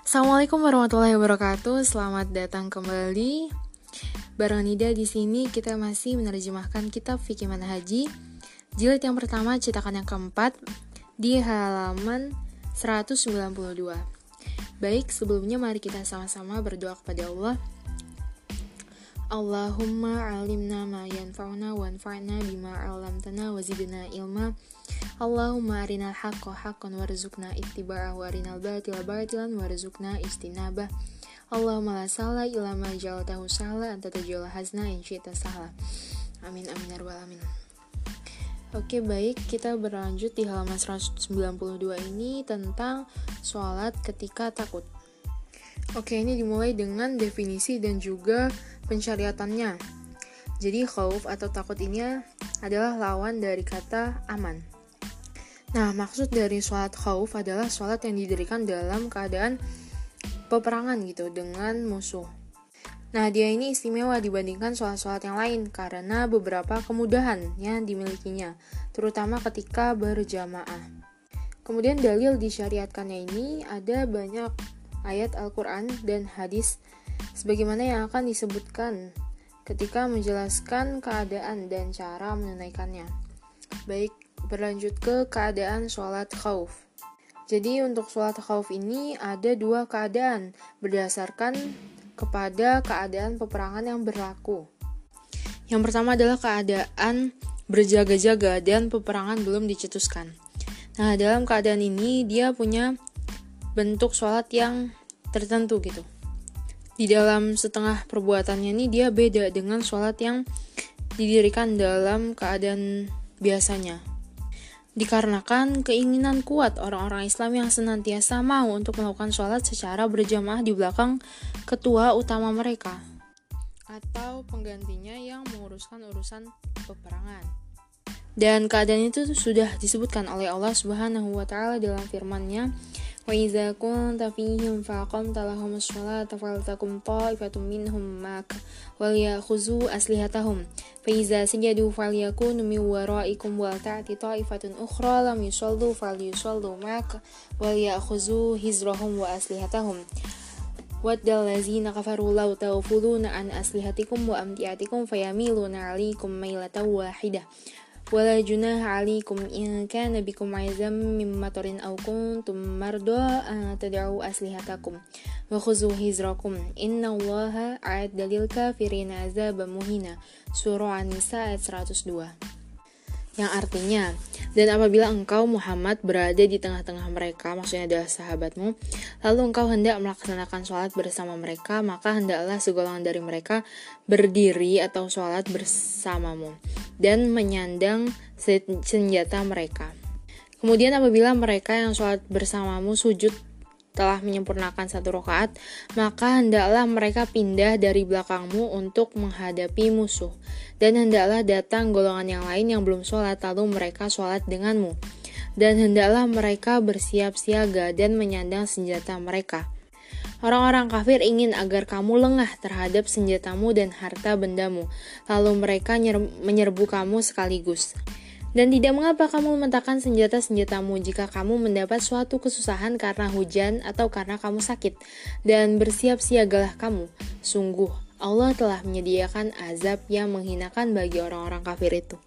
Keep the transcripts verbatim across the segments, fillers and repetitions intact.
Assalamualaikum warahmatullahi wabarakatuh. Selamat datang kembali. Bareng Nida di sini kita masih menerjemahkan kitab Fikih Manhaji jilid yang pertama, cetakan yang keempat di halaman seratus sembilan puluh dua. Baik, sebelumnya mari kita sama-sama berdoa kepada Allah. Allahumma alimna ma yanfa'una wanfa'na bima 'allamtana wa zidna ilma. Allahumma arinal haqqa haqqan warzuqna ittiba'ahu wa arinal batila batilan warzuqna ijtinabah. Allahumma la sahla illa ma ja'altahu sahla anta taj'alul hazna in syi'ta sahla. Amin amin ya rabbal alamin. Oke, baik, kita berlanjut di halaman seratus sembilan puluh dua ini tentang sholat ketika takut. Oke, ini dimulai dengan definisi dan juga pensyariatannya. Jadi khauf atau takut ini adalah lawan dari kata aman. Nah, maksud dari sholat khauf adalah sholat yang didirikan dalam keadaan peperangan gitu dengan musuh. Nah, dia ini istimewa dibandingkan sholat-sholat yang lain karena beberapa kemudahan yang dimilikinya, terutama ketika berjamaah. Kemudian dalil disyariatkannya ini ada banyak ayat Al-Quran dan hadis sebagaimana yang akan disebutkan ketika menjelaskan keadaan dan cara menunaikannya. Baik, berlanjut ke keadaan sholat khauf. Jadi untuk sholat khauf ini ada dua keadaan berdasarkan kepada keadaan peperangan yang berlaku. Yang pertama adalah keadaan berjaga-jaga dan peperangan belum dicetuskan. Nah, dalam keadaan ini dia punya bentuk sholat yang tertentu gitu. Di dalam setengah perbuatannya ini dia beda dengan sholat yang didirikan dalam keadaan biasanya. Dikarenakan keinginan kuat orang-orang Islam yang senantiasa mau untuk melakukan sholat secara berjamaah di belakang ketua utama mereka atau penggantinya yang menguruskan urusan peperangan. Dan keadaan itu sudah disebutkan oleh Allah Subhanahu wa taala dalam firman-Nya, "Wa idza kunta fihim faqamta lahumus sholata faltakum ta'ifatun minhum ma'aka walyakhuzu aslihatahum fa idza sajadu falyakunu min wara'ikum wa ta'ti ta'ifatun ukhra lam yusallu falyusallu ma'aka walyakhuzu hizrahum wa aslihatahum waddal ladzina kafaru law tawfuluna an aslihatikum wa amtiatikum fayamiluna 'alaikum mailatan wahidah wala junaha 'alaikum in kana bikum 'azam min matarin aw kuntum marda an tad'u aslihatakum wa khuzu hizrakum innallaha a'adda lil kafirina 'azaban muhina. Surah An-Nisa ayat seratus dua. Yang artinya, dan apabila engkau Muhammad berada di tengah-tengah mereka, maksudnya adalah sahabatmu, lalu engkau hendak melaksanakan sholat bersama mereka, maka hendaklah segolongan dari mereka berdiri atau sholat bersamamu dan menyandang senjata mereka. Kemudian apabila mereka yang sholat bersamamu sujud telah menyempurnakan satu rakaat, maka hendaklah mereka pindah dari belakangmu untuk menghadapi musuh. Dan hendaklah datang golongan yang lain yang belum sholat, lalu mereka sholat denganmu. Dan hendaklah mereka bersiap siaga dan menyandang senjata mereka. Orang-orang kafir ingin agar kamu lengah terhadap senjatamu dan harta bendamu, lalu mereka nyer- menyerbu kamu sekaligus. Dan tidak mengapa kamu meletakkan senjata-senjatamu jika kamu mendapat suatu kesusahan karena hujan atau karena kamu sakit. Dan bersiap siagalah kamu. Sungguh, Allah telah menyediakan azab yang menghinakan bagi orang-orang kafir itu.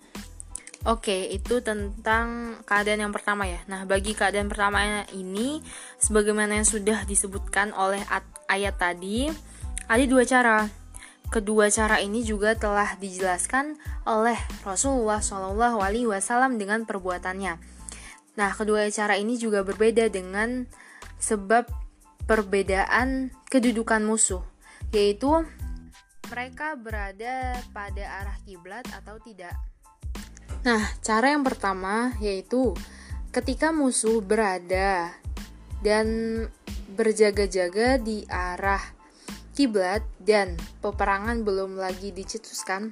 Oke, itu tentang keadaan yang pertama ya. Nah, bagi keadaan pertama ini, sebagaimana yang sudah disebutkan oleh ayat tadi, ada dua cara. Kedua cara ini juga telah dijelaskan oleh Rasulullah shallallahu alaihi wasallam dengan perbuatannya. Nah, kedua cara ini juga berbeda dengan sebab perbedaan kedudukan musuh, yaitu mereka berada pada arah kiblat atau tidak. Nah, cara yang pertama yaitu ketika musuh berada dan berjaga-jaga di arah kiblat dan peperangan belum lagi dicetuskan,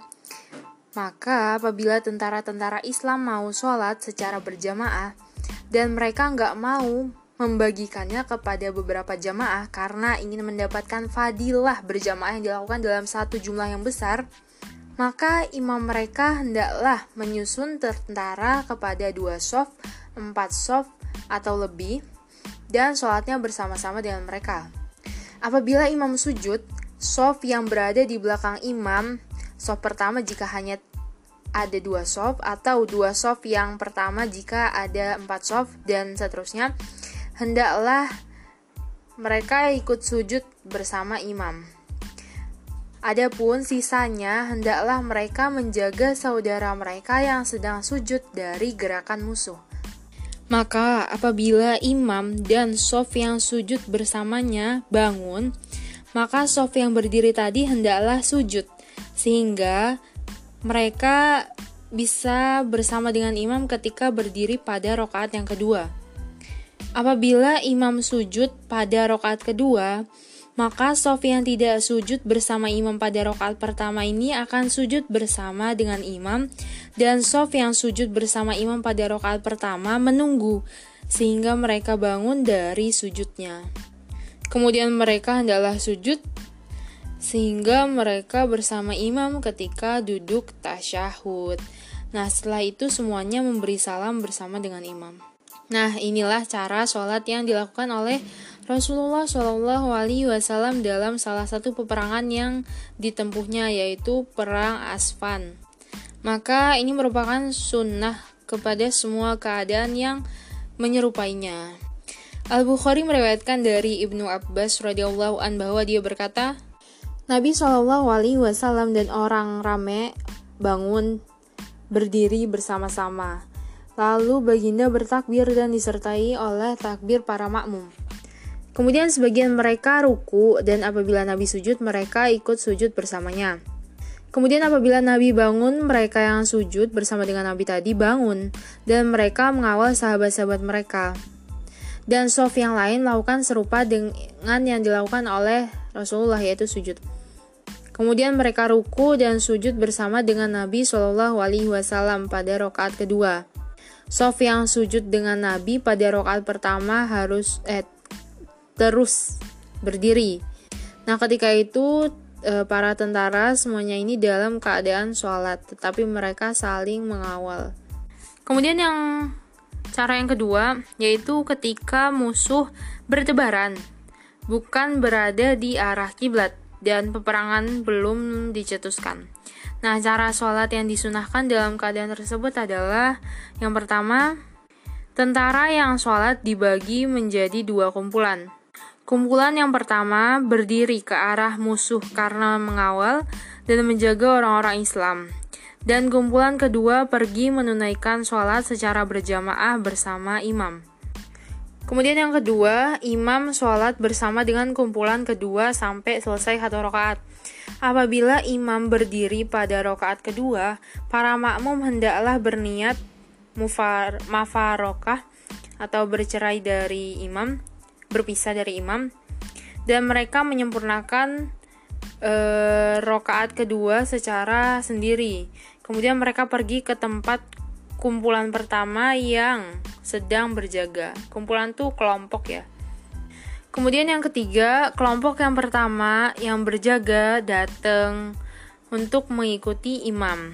maka apabila tentara-tentara Islam mau sholat secara berjamaah dan mereka nggak mau membagikannya kepada beberapa jamaah karena ingin mendapatkan fadilah berjamaah yang dilakukan dalam satu jumlah yang besar, maka imam mereka hendaklah menyusun tentara kepada dua shaf, empat shaf atau lebih dan sholatnya bersama-sama dengan mereka. Apabila imam sujud, shaf yang berada di belakang imam, shaf pertama jika hanya ada dua shaf, atau dua shaf yang pertama jika ada empat shaf, dan seterusnya, hendaklah mereka ikut sujud bersama imam. Adapun sisanya, hendaklah mereka menjaga saudara mereka yang sedang sujud dari gerakan musuh. Maka apabila imam dan shaf yang sujud bersamanya bangun, maka shaf yang berdiri tadi hendaklah sujud, sehingga mereka bisa bersama dengan imam ketika berdiri pada rakaat yang kedua. Apabila imam sujud pada rakaat kedua, maka shaf yang tidak sujud bersama imam pada rakaat pertama ini akan sujud bersama dengan imam, dan shaf yang sujud bersama imam pada rakaat pertama menunggu sehingga mereka bangun dari sujudnya. Kemudian mereka hendaklah sujud sehingga mereka bersama imam ketika duduk tasyahud. Nah, setelah itu semuanya memberi salam bersama dengan imam. Nah, inilah cara sholat yang dilakukan oleh Rasulullah shallallahu alaihi wasallam dalam salah satu peperangan yang ditempuhnya, yaitu Perang Asfan. Maka ini merupakan sunnah kepada semua keadaan yang menyerupainya. Al-Bukhari meriwayatkan dari Ibnu Abbas radhiyallahu an bahwa dia berkata, Nabi shallallahu alaihi wasallam dan orang ramai bangun berdiri bersama-sama. Lalu baginda bertakbir dan disertai oleh takbir para makmum. Kemudian sebagian mereka ruku, dan apabila Nabi sujud, mereka ikut sujud bersamanya. Kemudian apabila Nabi bangun, mereka yang sujud bersama dengan Nabi tadi bangun, dan mereka mengawal sahabat-sahabat mereka. Dan shaf yang lain lakukan serupa dengan yang dilakukan oleh Rasulullah, yaitu sujud. Kemudian mereka ruku dan sujud bersama dengan Nabi shallallahu alaihi wasallam pada rakaat kedua. Shaf yang sujud dengan Nabi pada rakaat pertama harus eh, terus berdiri. Nah, ketika itu eh, para tentara semuanya ini dalam keadaan sholat, tetapi mereka saling mengawal. Kemudian yang cara yang kedua, yaitu ketika musuh bertebaran, bukan berada di arah kiblat, dan peperangan belum dicetuskan. Nah, cara sholat yang disunahkan dalam keadaan tersebut adalah yang pertama, tentara yang sholat dibagi menjadi dua kumpulan. Kumpulan yang pertama berdiri ke arah musuh karena mengawal dan menjaga orang-orang Islam. Dan kumpulan kedua pergi menunaikan sholat secara berjamaah bersama imam. Kemudian yang kedua, imam sholat bersama dengan kumpulan kedua sampai selesai satu rakaat. Apabila imam berdiri pada rakaat kedua, para makmum hendaklah berniat mufar, mafarokah atau bercerai dari imam, berpisah dari imam, dan mereka menyempurnakan e, rakaat kedua secara sendiri. Kemudian mereka pergi ke tempat kumpulan pertama yang sedang berjaga. Kumpulan tuh kelompok ya. Kemudian yang ketiga, kelompok yang pertama yang berjaga datang untuk mengikuti imam.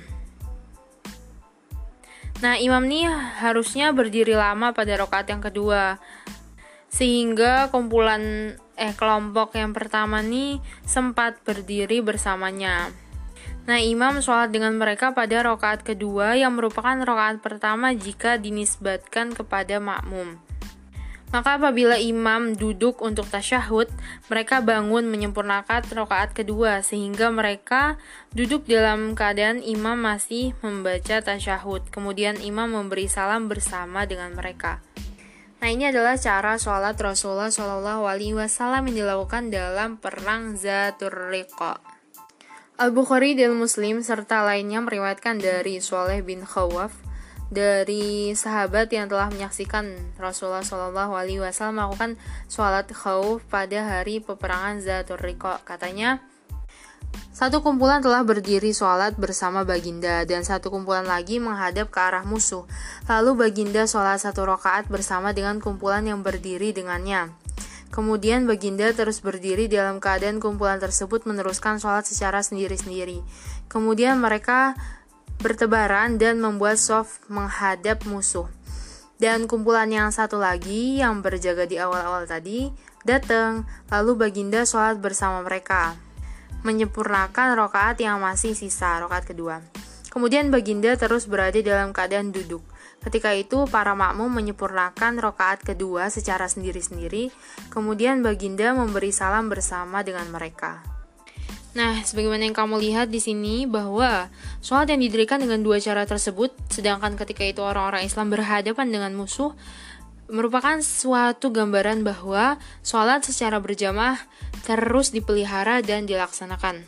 Nah, imam nih harusnya berdiri lama pada rakaat yang kedua, sehingga kumpulan eh kelompok yang pertama nih sempat berdiri bersamanya. Nah, imam sholat dengan mereka pada rakaat kedua yang merupakan rakaat pertama jika dinisbatkan kepada makmum. Maka apabila imam duduk untuk tasyahud, mereka bangun menyempurnakan rakaat kedua sehingga mereka duduk dalam keadaan imam masih membaca tasyahud. Kemudian imam memberi salam bersama dengan mereka. Nah, ini adalah cara sholat Rasulullah shallallahu alaihi wasallam yang dilakukan dalam perang Zatur Riqa. Al-Bukhari dan Muslim serta lainnya meriwayatkan dari Shalih bin Khawaf dari sahabat yang telah menyaksikan Rasulullah shallallahu alaihi wasallam melakukan sholat khauf pada hari peperangan Zatur Riqa. Katanya, satu kumpulan telah berdiri sholat bersama baginda dan satu kumpulan lagi menghadap ke arah musuh. Lalu baginda sholat satu rakaat bersama dengan kumpulan yang berdiri dengannya. Kemudian baginda terus berdiri dalam keadaan kumpulan tersebut meneruskan sholat secara sendiri-sendiri. Kemudian mereka bertebaran dan membuat shaf menghadap musuh. Dan kumpulan yang satu lagi yang berjaga di awal-awal tadi datang, lalu baginda sholat bersama mereka, menyempurnakan rakaat yang masih sisa, rakaat kedua. Kemudian baginda terus berada dalam keadaan duduk. Ketika itu para makmum menyempurnakan rakaat kedua secara sendiri-sendiri, kemudian baginda memberi salam bersama dengan mereka. Nah, sebagaimana yang kamu lihat di sini bahwa sholat yang didirikan dengan dua cara tersebut, sedangkan ketika itu orang-orang Islam berhadapan dengan musuh, merupakan suatu gambaran bahwa sholat secara berjamaah terus dipelihara dan dilaksanakan.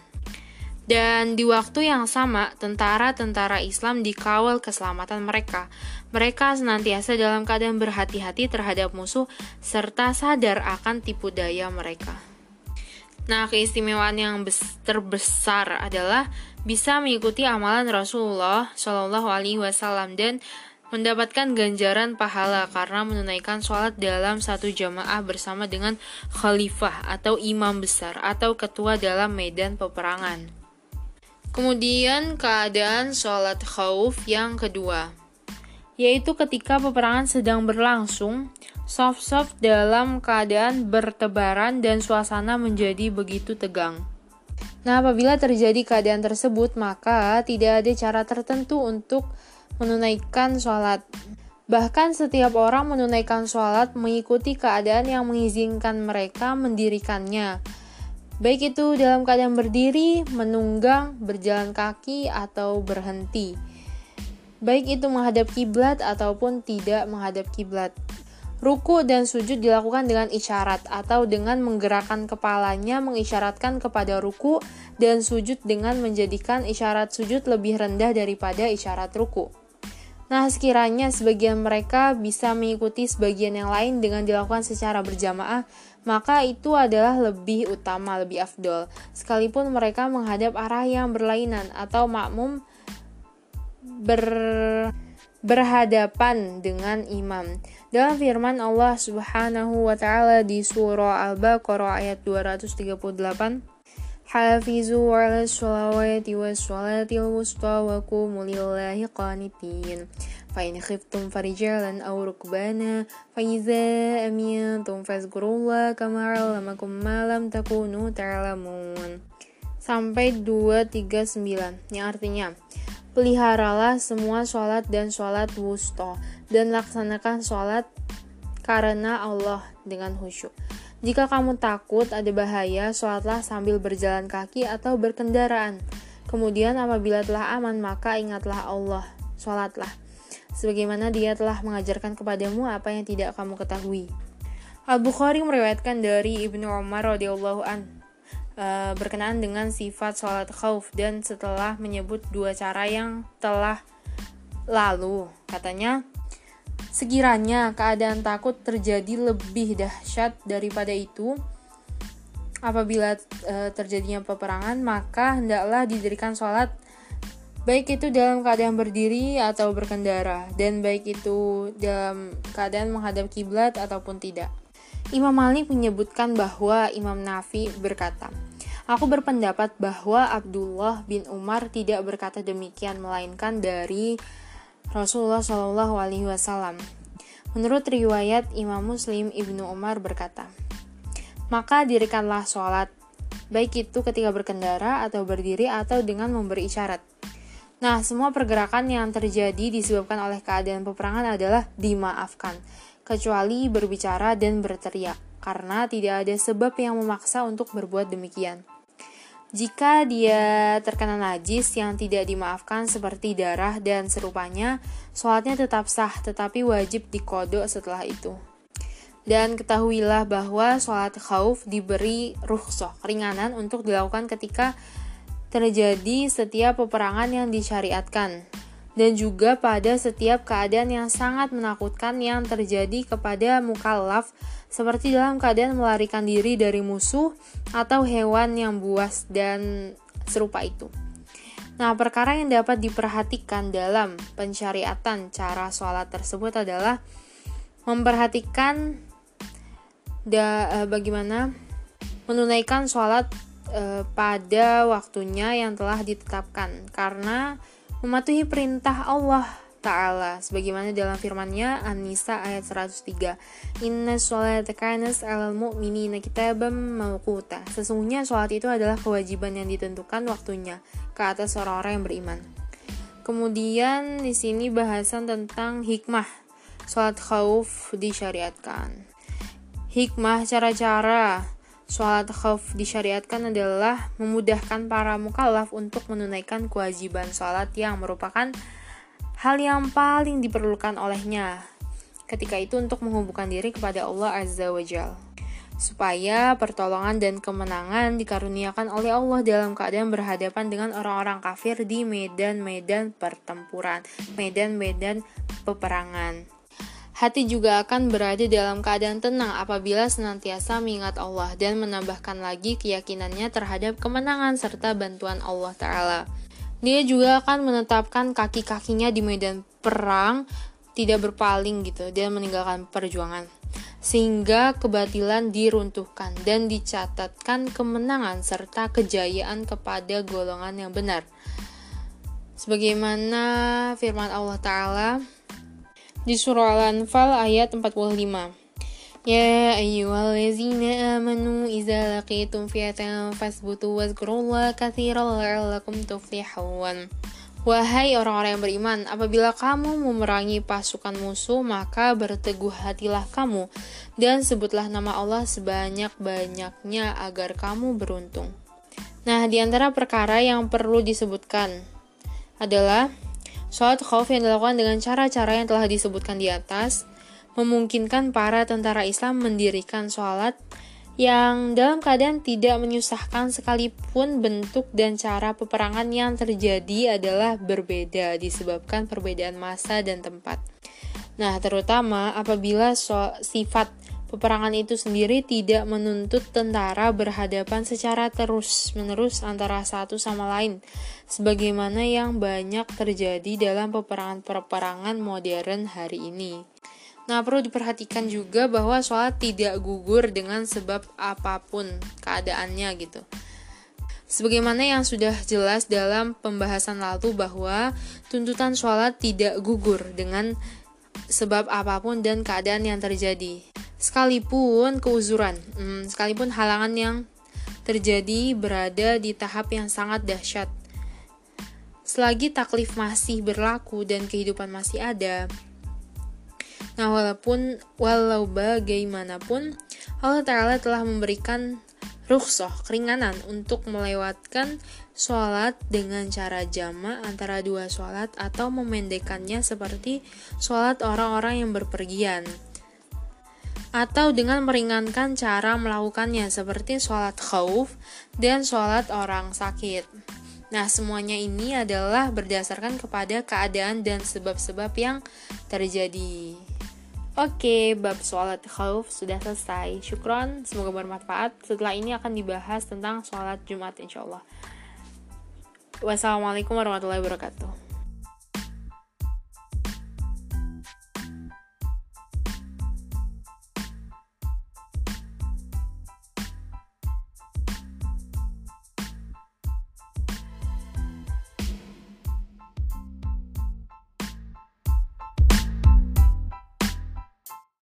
Dan di waktu yang sama, tentara-tentara Islam dikawal keselamatan mereka. Mereka senantiasa dalam keadaan berhati-hati terhadap musuh, serta sadar akan tipu daya mereka. Nah, keistimewaan yang terbesar adalah bisa mengikuti amalan Rasulullah shallallahu alaihi wasallam dan mendapatkan ganjaran pahala karena menunaikan sholat dalam satu jamaah bersama dengan khalifah atau imam besar atau ketua dalam medan peperangan. Kemudian keadaan sholat khauf yang kedua, yaitu ketika peperangan sedang berlangsung, saf-saf dalam keadaan bertebaran dan suasana menjadi begitu tegang. Nah, apabila terjadi keadaan tersebut, maka tidak ada cara tertentu untuk menunaikan sholat. Bahkan setiap orang menunaikan sholat mengikuti keadaan yang mengizinkan mereka mendirikannya. Baik itu dalam keadaan berdiri, menunggang, berjalan kaki, atau berhenti. Baik itu menghadap kiblat ataupun tidak menghadap kiblat. Ruku dan sujud dilakukan dengan isyarat atau dengan menggerakkan kepalanya mengisyaratkan kepada ruku dan sujud dengan menjadikan isyarat sujud lebih rendah daripada isyarat ruku. Nah, sekiranya sebagian mereka bisa mengikuti sebagian yang lain dengan dilakukan secara berjamaah, maka itu adalah lebih utama, lebih afdol. Sekalipun mereka menghadap arah yang berlainan atau makmum ber, berhadapan dengan imam. Dalam firman Allah Subhanahu wa taala di surah Al-Baqarah ayat dua ratus tiga puluh delapan, Hafizu 'alas sholawati was sholatil wusta wa qumu lillahi qanitin. Fa in khiftum farijalan aw rukbana fa iza amintum fazkurullaha kama 'allamakum ma lam takunu ta'lamun. Sampai dua ratus tiga puluh sembilan, yang artinya peliharalah semua sholat dan sholat wusta dan laksanakan sholat karena Allah dengan khusyuk. Jika kamu takut ada bahaya, sholatlah sambil berjalan kaki atau berkendaraan. Kemudian apabila telah aman, maka ingatlah Allah, sholatlah. Sebagaimana Dia telah mengajarkan kepadamu apa yang tidak kamu ketahui. Al-Bukhari meriwayatkan dari Ibnu Umar radhiyallahu an uh, berkenaan dengan sifat sholat khauf dan setelah menyebut dua cara yang telah lalu, katanya, sekiranya keadaan takut terjadi lebih dahsyat daripada itu, apabila e, terjadinya peperangan, maka hendaklah didirikan sholat, baik itu dalam keadaan berdiri atau berkendara, dan baik itu dalam keadaan menghadap kiblat ataupun tidak. Imam Malik menyebutkan bahwa Imam Nafi berkata, aku berpendapat bahwa Abdullah bin Umar tidak berkata demikian, melainkan dari Rasulullah shallallahu alaihi wasallam. Menurut riwayat Imam Muslim, Ibnu Umar berkata, maka dirikanlah sholat, baik itu ketika berkendara atau berdiri atau dengan memberi isyarat. Nah, semua pergerakan yang terjadi disebabkan oleh keadaan peperangan adalah dimaafkan, kecuali berbicara dan berteriak, karena tidak ada sebab yang memaksa untuk berbuat demikian. Jika dia terkena najis yang tidak dimaafkan seperti darah dan serupanya, sholatnya tetap sah, tetapi wajib diqodho setelah itu. Dan ketahuilah bahwa sholat khauf diberi rukhsah, keringanan untuk dilakukan ketika terjadi setiap peperangan yang disyariatkan, dan juga pada setiap keadaan yang sangat menakutkan yang terjadi kepada mukallaf, seperti dalam keadaan melarikan diri dari musuh atau hewan yang buas dan serupa itu. Nah, perkara yang dapat diperhatikan dalam pensyariatan cara sholat tersebut adalah memperhatikan da, e, bagaimana menunaikan sholat e, pada waktunya yang telah ditetapkan, karena mematuhi perintah Allah Ta'ala sebagaimana dalam firman-Nya An-Nisa ayat seratus tiga, Inna sholata kanat 'alal mu'minina kitaban mawquta. Sesungguhnya sholat itu adalah kewajiban yang ditentukan waktunya ke atas orang-orang yang beriman. Kemudian di sini bahasan tentang hikmah sholat khauf disyariatkan. Hikmah cara-cara sholat khauf disyariatkan adalah memudahkan para mukallaf untuk menunaikan kewajiban sholat yang merupakan hal yang paling diperlukan olehnya ketika itu untuk menghubungkan diri kepada Allah Azza wa Jalla, supaya pertolongan dan kemenangan dikaruniakan oleh Allah dalam keadaan berhadapan dengan orang-orang kafir di medan-medan pertempuran, medan-medan peperangan. Hati juga akan berada dalam keadaan tenang apabila senantiasa mengingat Allah dan menambahkan lagi keyakinannya terhadap kemenangan serta bantuan Allah Ta'ala. Dia juga akan menetapkan kaki-kakinya di medan perang, tidak berpaling gitu, dan meninggalkan perjuangan. Sehingga kebatilan diruntuhkan dan dicatatkan kemenangan serta kejayaan kepada golongan yang benar. Sebagaimana firman Allah Ta'ala di surah Al-Anfal ayat empat puluh lima. Ya ayyuhallazina amanu idza laqitum fi'atan fasbutu wazkurullaha katsiran la'allakum tuflihun. Wahai orang-orang yang beriman, apabila kamu memerangi pasukan musuh, maka berteguh hatilah kamu dan sebutlah nama Allah sebanyak-banyaknya agar kamu beruntung. Nah, di antara perkara yang perlu disebutkan adalah sholat khauf yang dilakukan dengan cara-cara yang telah disebutkan di atas, memungkinkan para tentara Islam mendirikan sholat yang dalam keadaan tidak menyusahkan sekalipun bentuk dan cara peperangan yang terjadi adalah berbeda disebabkan perbedaan masa dan tempat. Nah, terutama apabila so- sifat peperangan itu sendiri tidak menuntut tentara berhadapan secara terus-menerus antara satu sama lain, sebagaimana yang banyak terjadi dalam peperangan-peperangan modern hari ini. Nah, perlu diperhatikan juga bahwa sholat tidak gugur dengan sebab apapun keadaannya gitu. Sebagaimana yang sudah jelas dalam pembahasan lalu bahwa tuntutan sholat tidak gugur dengan sebab apapun dan keadaan yang terjadi. Sekalipun keuzuran, hmm, sekalipun halangan yang terjadi berada di tahap yang sangat dahsyat. Selagi taklif masih berlaku dan kehidupan masih ada. Nah, walaupun walau bagaimanapun Allah Ta'ala telah memberikan rukhsah, keringanan untuk melewatkan sholat dengan cara jama' antara dua sholat atau memendekkannya seperti sholat orang-orang yang berpergian, atau dengan meringankan cara melakukannya seperti sholat khauf dan sholat orang sakit. Nah, semuanya ini adalah berdasarkan kepada keadaan dan sebab-sebab yang terjadi. Oke, bab sholat khauf sudah selesai. Syukron, semoga bermanfaat. Setelah ini akan dibahas tentang sholat Jumat insya Allah. Wassalamualaikum warahmatullahi wabarakatuh.